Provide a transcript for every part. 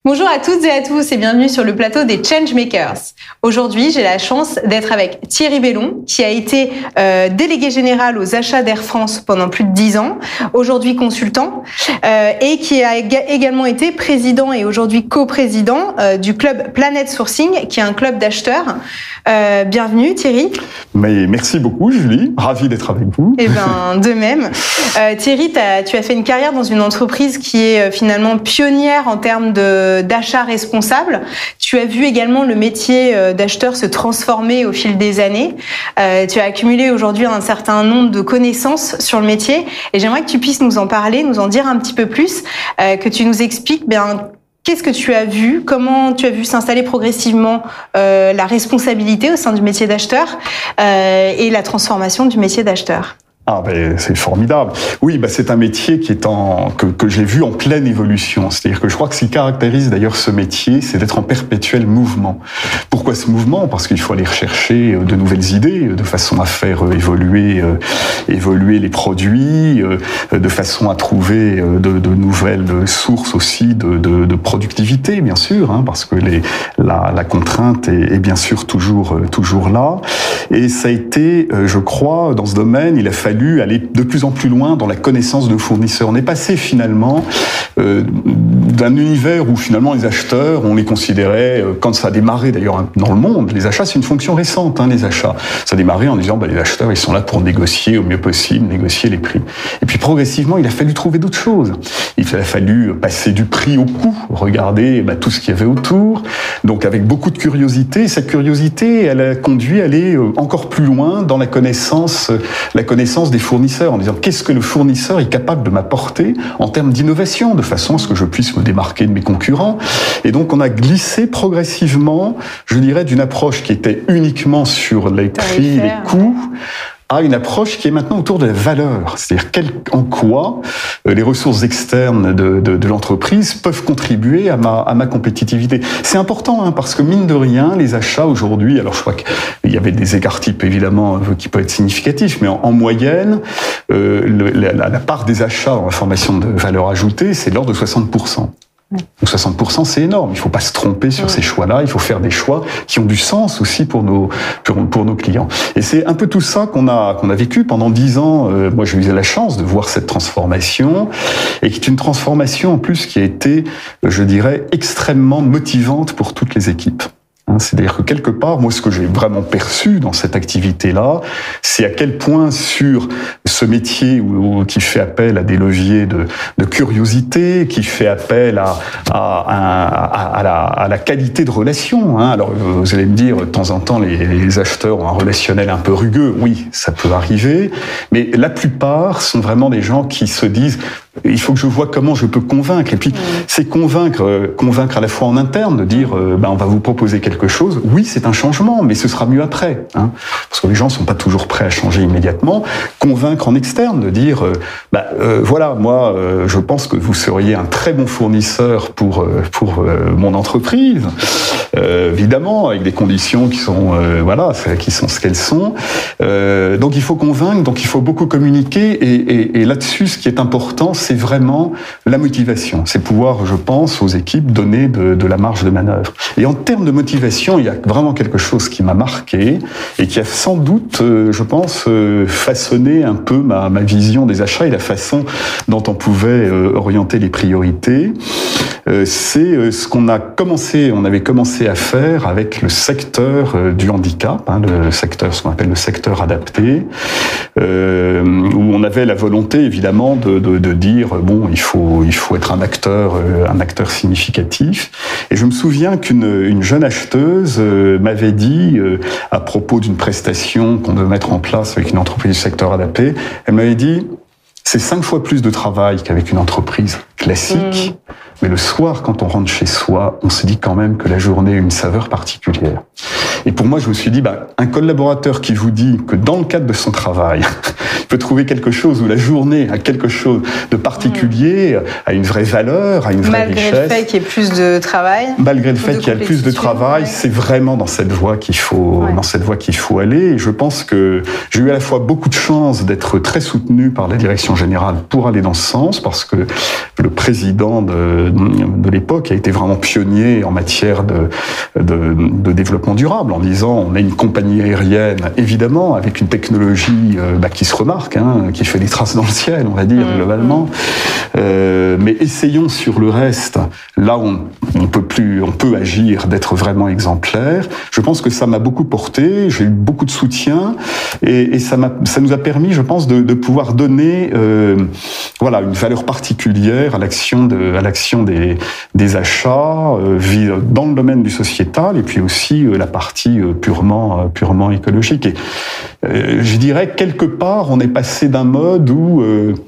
Bonjour à toutes et à tous et bienvenue sur le plateau des Changemakers. Aujourd'hui, j'ai la chance d'être avec Thierry Bellon, qui a été délégué général aux achats d'Air France pendant plus de 10 ans, aujourd'hui consultant, et qui a également été président et aujourd'hui coprésident du club Planet Sourcing, qui est un club d'acheteurs. Bienvenue Thierry. Mais merci beaucoup Julie, ravi d'être avec vous. Eh ben, de même. Thierry, tu as fait une carrière dans une entreprise qui est finalement pionnière en termes d'achat responsable. Tu as vu également le métier d'acheteur se transformer au fil des années. Tu as accumulé aujourd'hui un certain nombre de connaissances sur le métier et j'aimerais que tu puisses nous en parler, nous en dire un petit peu plus, que tu nous expliques qu'est-ce que tu as vu, comment tu as vu s'installer progressivement la responsabilité au sein du métier d'acheteur et la transformation du métier d'acheteur. Ah ben c'est formidable. Oui, c'est un métier qui est que j'ai vu en pleine évolution. C'est-à-dire que je crois que ce qui caractérise d'ailleurs ce métier, c'est d'être en perpétuel mouvement. Pourquoi ce mouvement ? Parce qu'il faut aller rechercher de nouvelles idées, de façon à faire évoluer les produits, de façon à trouver de nouvelles sources aussi de productivité, bien sûr, parce que la contrainte est bien sûr toujours là. Et ça a été, je crois, dans ce domaine, il a fallu aller de plus en plus loin dans la connaissance de fournisseurs. On est passé finalement d'un univers où finalement les acheteurs, on les considérait, quand ça a démarré d'ailleurs dans le monde, les achats c'est une fonction récente, les achats. Ça a démarré en disant les acheteurs ils sont là pour négocier au mieux possible, négocier les prix. Et puis progressivement il a fallu trouver d'autres choses. Il a fallu passer du prix au coût, regarder tout ce qu'il y avait autour, donc avec beaucoup de curiosité. Et cette curiosité elle a conduit à aller encore plus loin dans la connaissance des fournisseurs, en disant qu'est-ce que le fournisseur est capable de m'apporter en termes d'innovation, de façon à ce que je puisse me démarquer de mes concurrents. Et donc on a glissé progressivement, je dirais, d'une approche qui était uniquement sur les prix, les coûts, à une approche qui est maintenant autour de la valeur, c'est-à-dire en quoi les ressources externes de l'entreprise peuvent contribuer à ma compétitivité. C'est important parce que mine de rien, les achats aujourd'hui, alors je crois qu'il y avait des écarts types évidemment qui peuvent être significatifs, mais en moyenne, la part des achats en information de valeur ajoutée, c'est de l'ordre de 60%. Donc 60%, c'est énorme. Il faut pas se tromper sur ces choix-là. Il faut faire des choix qui ont du sens aussi pour nos clients. Et c'est un peu tout ça qu'on a vécu pendant 10 ans. Moi, j'ai eu la chance de voir cette transformation et qui est une transformation en plus qui a été, je dirais, extrêmement motivante pour toutes les équipes. C'est-à-dire que quelque part, moi, ce que j'ai vraiment perçu dans cette activité-là, c'est à quel point sur ce métier qui fait appel à des leviers de curiosité, qui fait appel à la qualité de relation. Alors, vous allez me dire, de temps en temps, les acheteurs ont un relationnel un peu rugueux. Oui, ça peut arriver, mais la plupart sont vraiment des gens qui se disent il faut que je vois comment je peux convaincre. Et puis, c'est convaincre à la fois en interne, de dire, on va vous proposer quelque chose. Oui, c'est un changement, mais ce sera mieux après. Parce que les gens sont pas toujours prêts à changer immédiatement. Convaincre en externe, de dire, voilà, moi, je pense que vous seriez un très bon fournisseur pour mon entreprise. Évidemment, avec des conditions qui sont, qui sont ce qu'elles sont. Donc, il faut convaincre, donc il faut beaucoup communiquer. Et là-dessus, ce qui est important, c'est vraiment la motivation. C'est pouvoir, je pense, aux équipes donner de la marge de manœuvre. Et en termes de motivation, il y a vraiment quelque chose qui m'a marqué et qui a sans doute, je pense, façonné un peu ma vision des achats et la façon dont on pouvait orienter les priorités. C'est ce qu'on avait commencé à faire avec le secteur du handicap, ce qu'on appelle le secteur adapté, où on avait la volonté évidemment de dire il faut être un acteur significatif. Et je me souviens qu'une jeune acheteuse m'avait dit à propos d'une prestation qu'on devait mettre en place avec une entreprise du secteur adapté, elle m'avait dit c'est 5 fois plus de travail qu'avec une entreprise classique. Mais le soir, quand on rentre chez soi, on se dit quand même que la journée a une saveur particulière. Et pour moi, je me suis dit, un collaborateur qui vous dit que dans le cadre de son travail, peut trouver quelque chose, où la journée a quelque chose de particulier, a une vraie valeur, a une vraie richesse. Malgré le fait qu'il y ait plus de travail. Malgré le fait qu'il y ait plus de travail, c'est vraiment dans cette voie qu'il faut, aller. Et je pense que j'ai eu à la fois beaucoup de chance d'être très soutenu par la direction générale pour aller dans ce sens, parce que le président de l'époque a été vraiment pionnier en matière de développement durable, en disant on a une compagnie aérienne, évidemment, avec une technologie qui se remarque, qui fait des traces dans le ciel, on va dire, globalement. Mais essayons sur le reste, là où on peut agir, d'être vraiment exemplaire. Je pense que ça m'a beaucoup porté, j'ai eu beaucoup de soutien, et ça nous a permis, je pense, de pouvoir donner une valeur particulière à l'action des achats dans le domaine du sociétal, et puis aussi la partie purement écologique. Et je dirais, quelque part, on est passé d'un mode où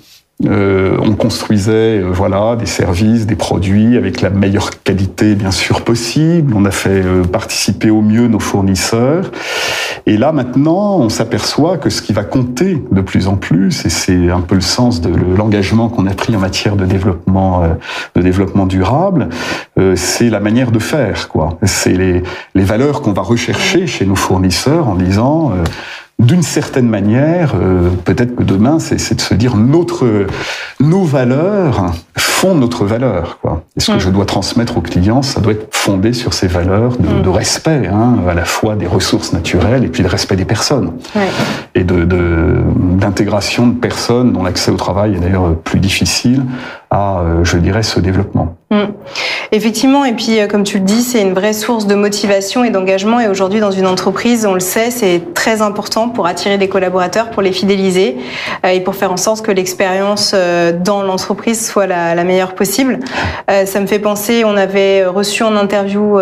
on construisait des services, des produits avec la meilleure qualité bien sûr possible. On a fait participer au mieux nos fournisseurs. Et là maintenant, on s'aperçoit que ce qui va compter de plus en plus, et c'est un peu le sens de l'engagement qu'on a pris en matière de développement durable, c'est la manière de faire, quoi. C'est les valeurs qu'on va rechercher chez nos fournisseurs en disant d'une certaine manière, peut-être que demain, c'est de se dire nos valeurs font notre valeur, quoi. Et ce que je dois transmettre aux clients, ça doit être fondé sur ces valeurs de respect, à la fois des ressources naturelles et puis de respect des personnes. Ouais. Et d'intégration de personnes dont l'accès au travail est d'ailleurs plus difficile à, je dirais, ce développement. Effectivement, et puis comme tu le dis, c'est une vraie source de motivation et d'engagement, et aujourd'hui dans une entreprise, on le sait, c'est très important pour attirer des collaborateurs, pour les fidéliser et pour faire en sorte que l'expérience dans l'entreprise soit la meilleure possible. Ça me fait penser, on avait reçu en interview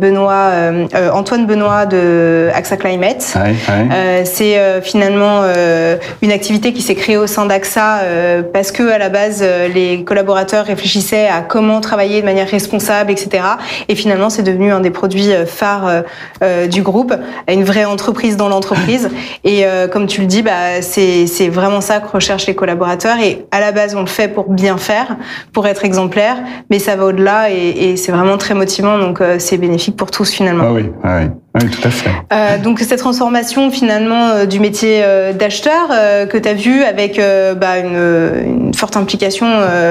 Antoine Benoît de AXA Climate. C'est finalement une activité qui s'est créée au sein d'AXA parce que à la base les collaborateurs réfléchissaient à comment travailler de manière responsable, etc. Et finalement, c'est devenu un des produits phares du groupe, une vraie entreprise dans l'entreprise. Et comme tu le dis, c'est vraiment ça que recherchent les collaborateurs. Et à la base, on le fait pour bien faire, pour être exemplaire, mais ça va au-delà et c'est vraiment très motivant. Donc, c'est bénéfique pour tous finalement. Ah oui, tout à fait. Donc cette transformation finalement du métier d'acheteur que tu as vu avec une forte implication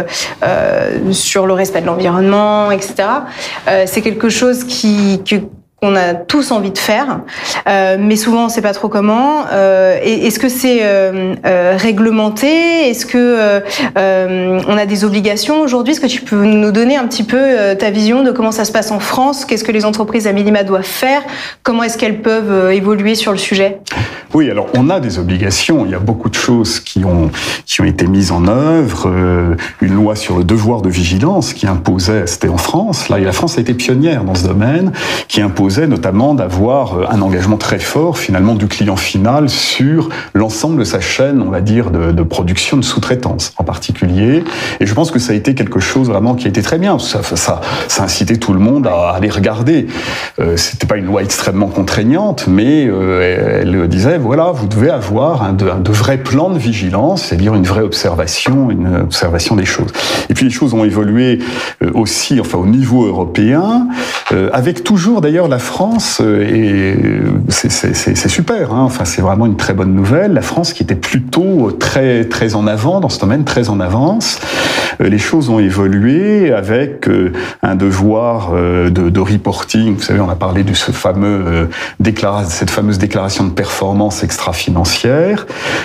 sur le respect de l'environnement, etc. C'est quelque chose qu'on a tous envie de faire, mais souvent on sait pas trop comment. Est-ce que c'est réglementé? Est-ce que on a des obligations aujourd'hui? Est-ce que tu peux nous donner un petit peu ta vision de comment ça se passe en France? Qu'est-ce que les entreprises à minima doivent faire? Comment est-ce qu'elles peuvent évoluer sur le sujet? Oui, alors on a des obligations. Il y a beaucoup de choses qui ont été mises en œuvre. Une loi sur le devoir de vigilance qui imposait, c'était en France, là, et la France a été pionnière dans ce domaine, qui imposait notamment d'avoir un engagement très fort finalement du client final sur l'ensemble de sa chaîne, on va dire, de production, de sous-traitance en particulier. Et je pense que ça a été quelque chose vraiment qui a été très bien. Ça incitait tout le monde à aller regarder. C'était pas une loi extrêmement contraignante, mais elle disait voilà, vous devez avoir de vrais plans de vigilance, c'est-à-dire une vraie observation des choses. Et puis les choses ont évolué aussi, au niveau européen, avec toujours d'ailleurs la France, et c'est super, c'est vraiment une très bonne nouvelle. La France qui était plutôt très très en avant dans ce domaine, très en avance. Les choses ont évolué avec un devoir de reporting. Vous savez, on a parlé de cette fameuse déclaration de performance extra-financière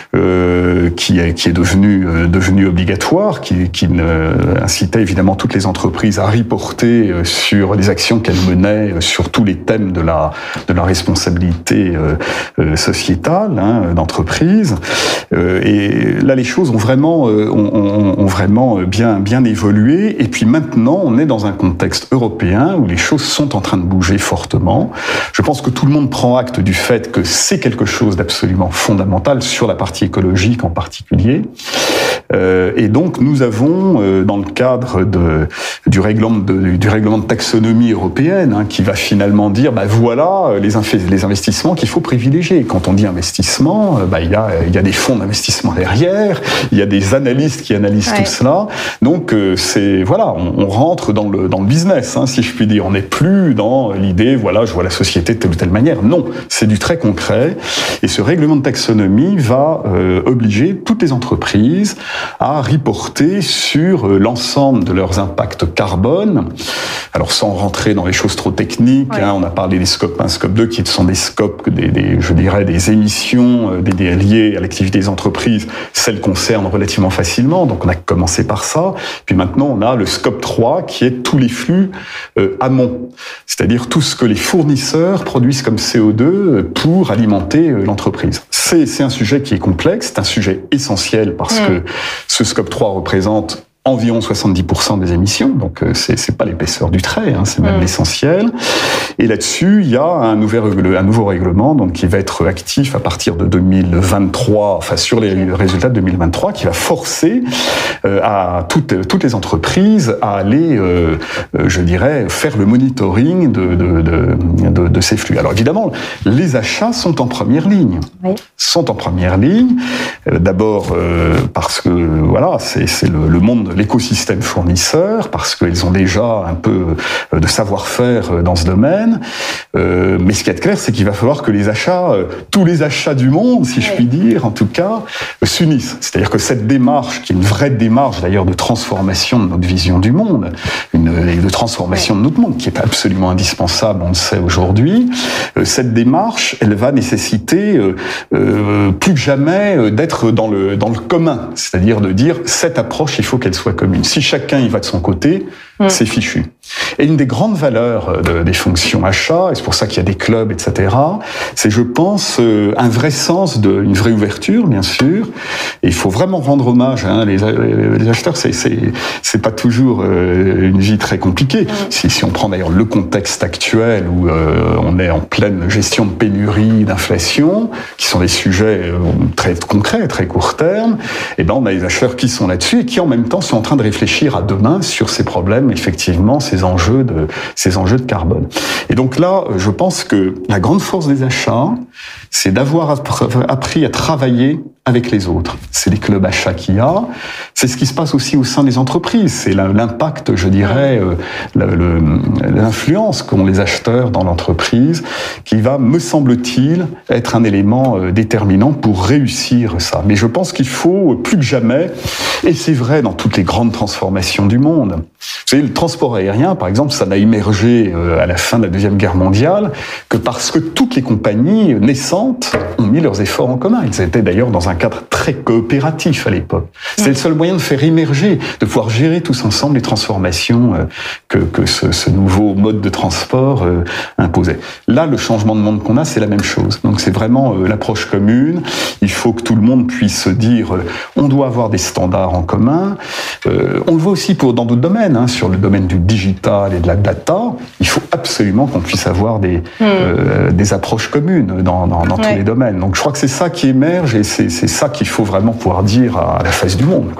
qui est devenue obligatoire, qui incitait évidemment toutes les entreprises à reporter sur les actions qu'elles menaient, sur tous les thèmes de la responsabilité sociétale d'entreprise. Et là, les choses ont vraiment bien évolué. Et puis maintenant, on est dans un contexte européen où les choses sont en train de bouger fortement. Je pense que tout le monde prend acte du fait que c'est quelque chose d'absolument fondamental sur la partie écologique en particulier. Et donc, nous avons, dans le cadre du règlement de taxonomie européenne, qui va finalement dire, voilà les investissements qu'il faut privilégier. Quand on dit investissement, il y a des fonds d'investissement derrière, il y a des analystes qui analysent tout cela. Donc on rentre dans le business, si je puis dire. On n'est plus dans l'idée, je vois la société de telle ou telle manière. Non, c'est du très concret. Et ce règlement de taxonomie va obliger toutes les entreprises à reporter sur l'ensemble de leurs impacts carbone. Alors sans rentrer dans les choses trop techniques, on a parlé des scopes 1, scope 2, qui sont des scopes, des émissions liées à l'activité des entreprises. Celles concernent relativement facilement, donc on a commencé par ça. Puis maintenant, on a le scope 3, qui est tous les flux amont, c'est-à-dire tout ce que les fournisseurs produisent comme CO2 pour alimenter l'entreprise. C'est un sujet qui est complexe, c'est un sujet essentiel parce que ce scope 3 représente environ 70% des émissions, donc c'est pas l'épaisseur du trait, c'est même l'essentiel. Et là-dessus, il y a un nouveau règlement donc qui va être actif à partir de 2023, sur les résultats de 2023, qui va forcer à toutes les entreprises à aller, faire le monitoring de ces flux. Alors évidemment, les achats sont en première ligne. D'abord parce que c'est le monde, l'écosystème fournisseur, parce qu'ils ont déjà un peu de savoir-faire dans ce domaine. Mais ce qui est clair, c'est qu'il va falloir que les achats, tous les achats du monde, si je puis dire, en tout cas, s'unissent. C'est-à-dire que cette démarche, qui est une vraie démarche d'ailleurs de transformation de notre vision du monde, de transformation de notre monde, qui est absolument indispensable, on le sait aujourd'hui, cette démarche, elle va nécessiter plus que jamais d'être dans le commun. C'est-à-dire de dire, cette approche, il faut qu'elle soit commune. Si chacun y va de son côté, c'est fichu. Et une des grandes valeurs des fonctions achats, et c'est pour ça qu'il y a des clubs, etc., c'est, je pense, un vrai sens, une vraie ouverture, bien sûr. Et il faut vraiment rendre hommage. Les acheteurs, c'est pas toujours une vie très compliquée. Si on prend d'ailleurs le contexte actuel où on est en pleine gestion de pénurie, d'inflation, qui sont des sujets très concrets, très court terme, et on a des acheteurs qui sont là-dessus et qui en même temps sont en train de réfléchir à demain sur ces problèmes, effectivement, ces enjeux de carbone. Et donc là, je pense que la grande force des achats, c'est d'avoir appris à travailler avec les autres. C'est les clubs achats qu'il y a. C'est ce qui se passe aussi au sein des entreprises. C'est l'impact, je dirais, l'influence qu'ont les acheteurs dans l'entreprise qui va, me semble-t-il, être un élément déterminant pour réussir ça. Mais je pense qu'il faut plus que jamais, et c'est vrai dans toutes les grandes transformations du monde. Vous savez, le transport aérien, par exemple, ça n'a émergé à la fin de la Deuxième Guerre mondiale que parce que toutes les compagnies naissantes ont mis leurs efforts en commun. Ils étaient d'ailleurs dans un cadre très coopératif à l'époque. C'était le seul moyen de faire émerger, de pouvoir gérer tous ensemble les transformations que ce nouveau mode de transport imposait. Là, le changement de monde qu'on a, c'est la même chose. Donc c'est vraiment l'approche commune. Il faut que tout le monde puisse se dire on doit avoir des standards en commun. On le voit aussi dans d'autres domaines, sur le domaine du digital et de la data. Il faut absolument qu'on puisse avoir des approches communes dans tous les domaines. Donc je crois que c'est ça qui émerge et c'est ça qu'il faut vraiment pouvoir dire à la face du monde,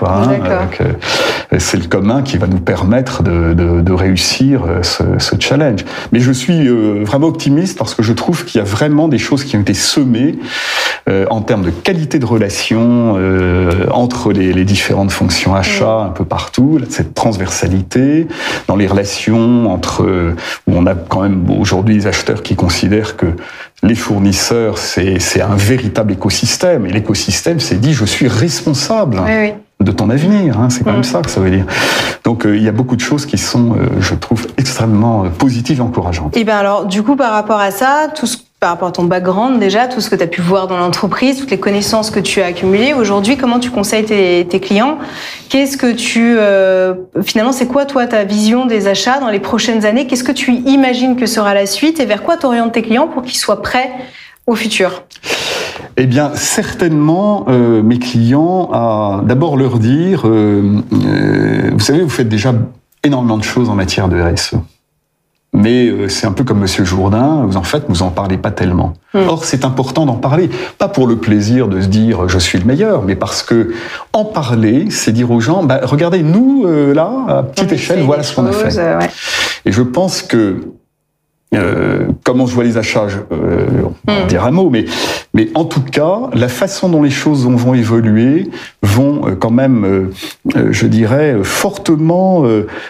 c'est le commun qui va nous permettre de réussir ce challenge. Mais je suis vraiment optimiste parce que je trouve qu'il y a vraiment des choses qui ont été semées en termes de qualité de relation entre les différentes fonctions achats un peu partout, cette transversalité dans les relations où on a quand même aujourd'hui des acheteurs qui considèrent que les fournisseurs, c'est un véritable écosystème. Et l'écosystème, c'est dit, je suis responsable de ton avenir. C'est quand même ça que ça veut dire. Donc, il y a beaucoup de choses qui sont, je trouve, extrêmement positives et encourageantes. Et bien alors, du coup, par rapport à ça, par rapport à ton background déjà, tout ce que tu as pu voir dans l'entreprise, toutes les connaissances que tu as accumulées, aujourd'hui, comment tu conseilles tes clients? Qu'est-ce que finalement, c'est quoi, toi, ta vision des achats dans les prochaines années? Qu'est-ce que tu imagines que sera la suite et vers quoi t'orientes tes clients pour qu'ils soient prêts au futur? Eh bien, certainement, mes clients, à d'abord leur dire, vous savez, vous faites déjà énormément de choses en matière de RSE. Mais c'est un peu comme Monsieur Jourdain, vous en parlez pas tellement. Or, c'est important d'en parler, pas pour le plaisir de se dire je suis le meilleur, mais parce que en parler, c'est dire aux gens, regardez, nous là, à petite échelle, voilà ce qu'on a fait. Et je pense que comment je vois les achats, on va dire un mot, mais en tout cas, la façon dont les choses vont évoluer vont quand même, je dirais, fortement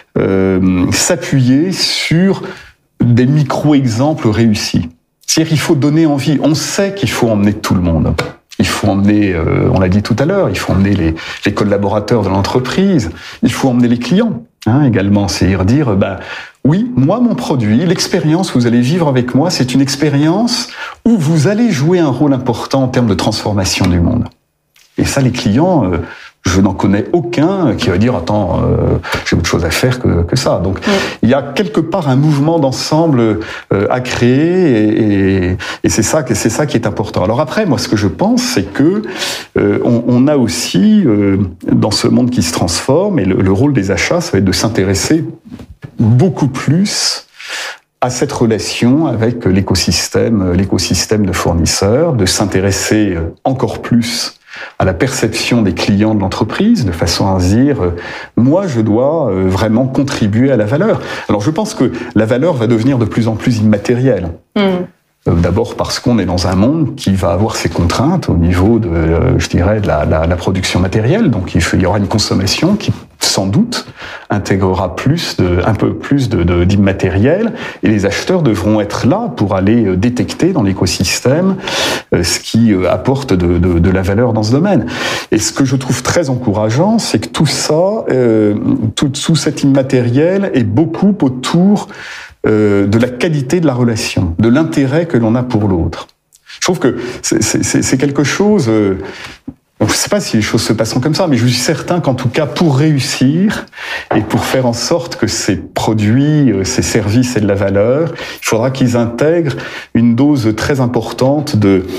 s'appuyer sur des micro-exemples réussis. C'est-à-dire qu'il faut donner envie. On sait qu'il faut emmener tout le monde. Il faut emmener, on l'a dit tout à l'heure, il faut emmener les collaborateurs de l'entreprise, il faut emmener les clients également. C'est-à-dire dire, oui, moi, mon produit, l'expérience que vous allez vivre avec moi, c'est une expérience où vous allez jouer un rôle important en termes de transformation du monde. Et ça, les clients, je n'en connais aucun qui va dire, attends, j'ai autre chose à faire que ça. Donc, il y a quelque part un mouvement d'ensemble à créer et c'est ça qui est important. Alors après, moi, ce que je pense, c'est que on a aussi, dans ce monde qui se transforme, et le rôle des achats, ça va être de s'intéresser beaucoup plus à cette relation avec l'écosystème de fournisseurs, de s'intéresser encore plus à la perception des clients de l'entreprise, de façon à se dire, moi, je dois vraiment contribuer à la valeur. Alors, je pense que la valeur va devenir de plus en plus immatérielle. D'abord parce qu'on est dans un monde qui va avoir ses contraintes au niveau de, je dirais, de la production matérielle. Donc, il y aura une consommation qui, sans doute, intégrera un peu plus d'immatériel, et les acheteurs devront être là pour aller détecter dans l'écosystème ce qui apporte de la valeur dans ce domaine. Et ce que je trouve très encourageant, c'est que tout ça, tout cet immatériel est beaucoup autour de la qualité de la relation, de l'intérêt que l'on a pour l'autre. Je trouve que c'est quelque chose... je ne sais pas si les choses se passeront comme ça, mais je suis certain qu'en tout cas, pour réussir et pour faire en sorte que ces produits, ces services aient de la valeur, il faudra qu'ils intègrent une dose très importante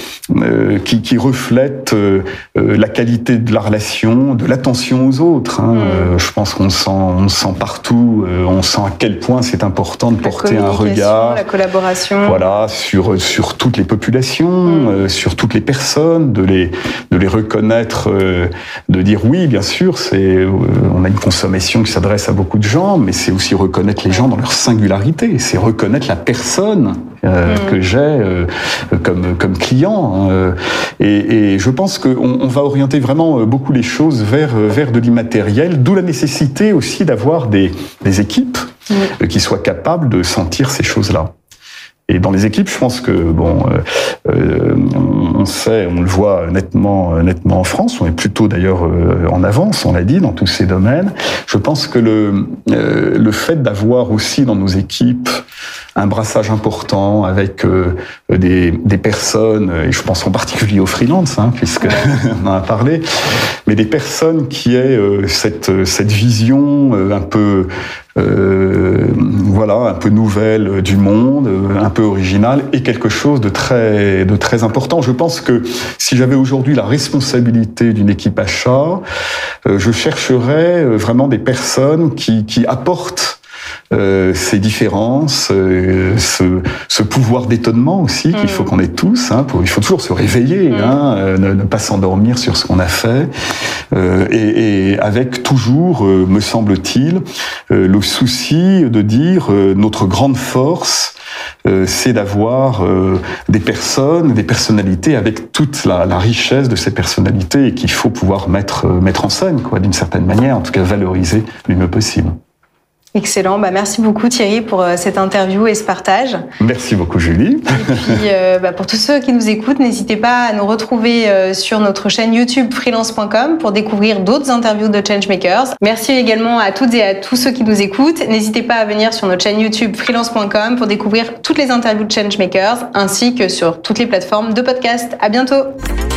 qui reflète la qualité de la relation, de l'attention aux autres. Je pense qu'on sent partout, on sent à quel point c'est important de porter un regard, la collaboration, voilà, sur toutes les populations, sur toutes les personnes, de les reconnaître, de dire oui, bien sûr, on a une consommation qui s'adresse à beaucoup de gens, mais c'est aussi reconnaître les gens dans leur singularité, c'est reconnaître la personne que j'ai comme client. Et je pense qu'on va orienter vraiment beaucoup les choses vers de l'immatériel, d'où la nécessité aussi d'avoir des équipes qui soient capables de sentir ces choses-là. Et dans les équipes, je pense que on le voit nettement en France. On est plutôt d'ailleurs en avance, on l'a dit, dans tous ces domaines. Je pense que le fait d'avoir aussi dans nos équipes un brassage important avec des personnes, et je pense en particulier aux freelances, puisque on en a parlé, mais des personnes qui aient cette vision un peu un peu nouvelle du monde, un peu originale, et quelque chose de très important. Je pense que si j'avais aujourd'hui la responsabilité d'une équipe achat, je chercherais vraiment des personnes qui apportent ces différences, ce pouvoir d'étonnement aussi qu'il faut qu'on ait tous. Il faut toujours se réveiller, ne pas s'endormir sur ce qu'on a fait, et avec toujours, me semble-t-il, le souci de dire notre grande force, c'est d'avoir des personnes, des personnalités avec toute la richesse de ces personnalités, et qu'il faut pouvoir mettre en scène, d'une certaine manière, en tout cas valoriser le mieux possible. Excellent. Merci beaucoup Thierry pour cette interview et ce partage. Merci beaucoup Julie. Et puis pour tous ceux qui nous écoutent, n'hésitez pas à nous retrouver sur notre chaîne YouTube freelance.com pour découvrir d'autres interviews de Changemakers. Merci également à toutes et à tous ceux qui nous écoutent. N'hésitez pas à venir sur notre chaîne YouTube freelance.com pour découvrir toutes les interviews de Changemakers ainsi que sur toutes les plateformes de podcast. À bientôt.